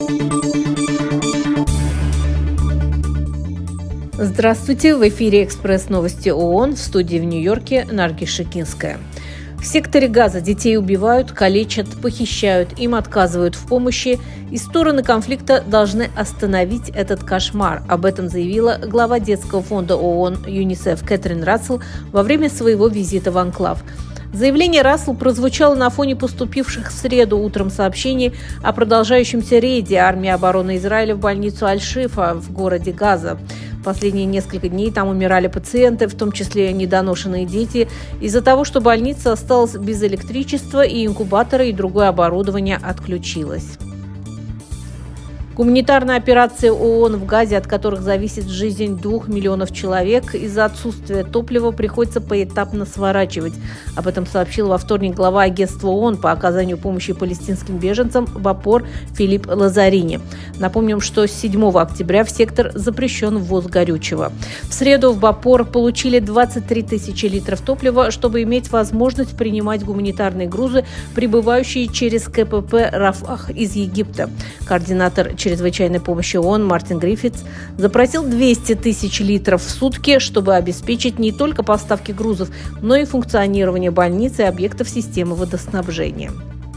Здравствуйте! В эфире «Экспресс-новости ООН», в студии в Нью-Йорке Наргиз Шикинская. В секторе Газа детей убивают, калечат, похищают, им отказывают в помощи, и стороны конфликта должны остановить этот кошмар. Об этом заявила глава детского фонда ООН ЮНИСЕФ Кэтрин Рассел во время своего визита в анклав. Заявление Рассел прозвучало на фоне поступивших в среду утром сообщений о продолжающемся рейде армии обороны Израиля в больницу Аль-Шифа в городе Газа. В последние несколько дней там умирали пациенты, в том числе недоношенные дети, из-за того, что больница осталась без электричества и инкубатора и другое оборудование отключилось. Гуманитарная операция ООН в Газе, от которых зависит жизнь 2 миллионов человек, из-за отсутствия топлива приходится поэтапно сворачивать. Об этом сообщил во вторник глава агентства ООН по оказанию помощи палестинским беженцам БАПОР Филипп Лазарини. Напомним, что с 7 октября в сектор запрещен ввоз горючего. В среду в БАПОР получили 23 тысячи литров топлива, чтобы иметь возможность принимать гуманитарные грузы, прибывающие через КПП Рафах из Египта. Координатор чрезвычайной помощи ООН Мартин Гриффитс запросил 200 тысяч литров в сутки, чтобы обеспечить не только поставки грузов, но и функционирование больниц и объектов системы водоснабжения.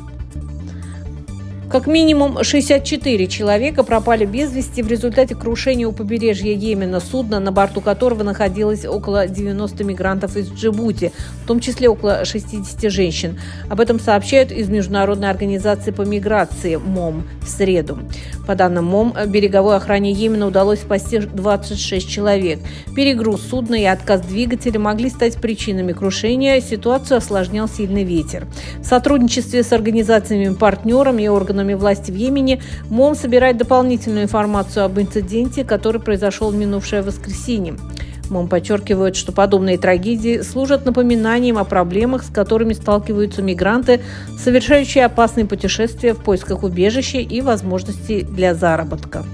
Как минимум 64 человека пропали без вести в результате крушения у побережья Йемена судна, на борту которого находилось около 90 мигрантов из Джибути, в том числе около 60 женщин. Об этом сообщают из Международной организации по миграции МОМ в среду. По данным МОМ, береговой охране Йемена удалось спасти 26 человек. Перегруз судна и отказ двигателя могли стать причинами крушения. Ситуацию осложнял сильный ветер. В сотрудничестве с организациями-партнерами и органами власти в Йемене МОМ собирает дополнительную информацию об инциденте, который произошел в минувшее воскресенье. МОМ подчеркивает, что подобные трагедии служат напоминанием о проблемах, с которыми сталкиваются мигранты, совершающие опасные путешествия в поисках убежища и возможностей для заработка.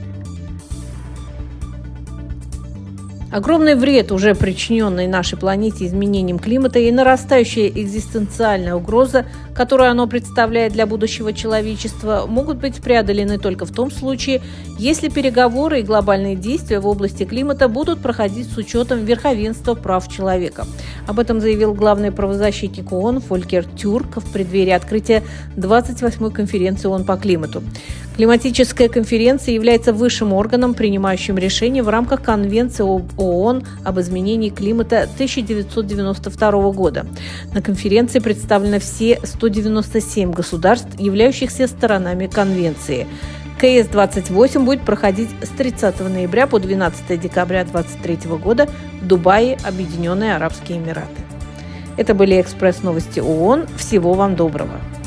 Огромный вред, уже причиненный нашей планете изменением климата, и нарастающая экзистенциальная угроза, которую оно представляет для будущего человечества, могут быть преодолены только в том случае, если переговоры и глобальные действия в области климата будут проходить с учетом верховенства прав человека. Об этом заявил главный правозащитник ООН Фолькер Тюрк в преддверии открытия 28-й конференции ООН по климату. Климатическая конференция является высшим органом, принимающим решения в рамках Конвенции ООН об изменении климата 1992 года. На конференции представлены все 197 государств, являющихся сторонами конвенции. КС-28 будет проходить с 30 ноября по 12 декабря 2023 года в Дубае, Объединенные Арабские Эмираты. Это были «Экспресс-новости ООН». Всего вам доброго!